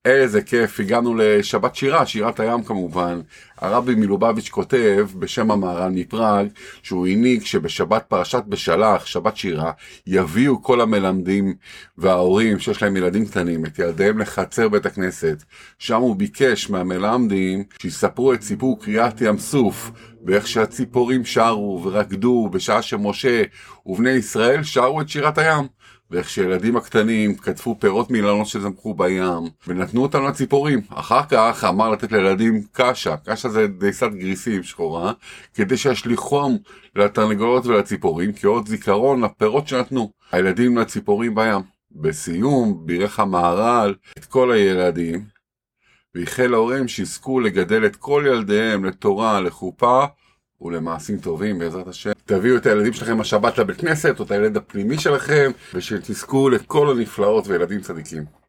איזה כיף, הגענו לשבת שירה, שירת הים כמובן. הרבי מלובביץ' כותב בשם המהר"ל מפראג, שהוא הנהיג שבשבת פרשת בשלח, שבת שירה, יביאו כל המלמדים וההורים שיש להם ילדים קטנים, את ילדיהם לחצר בית הכנסת. שם הוא ביקש מהמלמדים שיספרו את סיפור קריאת ים סוף, ואיך שהציפורים שרו ורקדו בשעה שמשה ובני ישראל שרו את שירת הים. ואיך שילדים הקטנים כתפו פירות מאילנות שזמחו בים, ונתנו אותם לציפורים. אחר כך אמר לתת לילדים קשה, קשה זה דייסת גריסים שחורה, כדי שישליחום לתרנגולות ולציפורים, כאות זיכרון לפירות שנתנו הילדים לציפורים בים. בסיום בירך המהר"ל את כל הילדים, ואיחל להורים שיזכו לגדל את כל ילדיהם לתורה, לחופה ולמעשים טובים בעזרת השם. תביאו את הילדים שלכם השבת לבית כנסת או את הילד הפנימי שלכם, ושתזכו לכל הנפלאות וילדים צדיקים.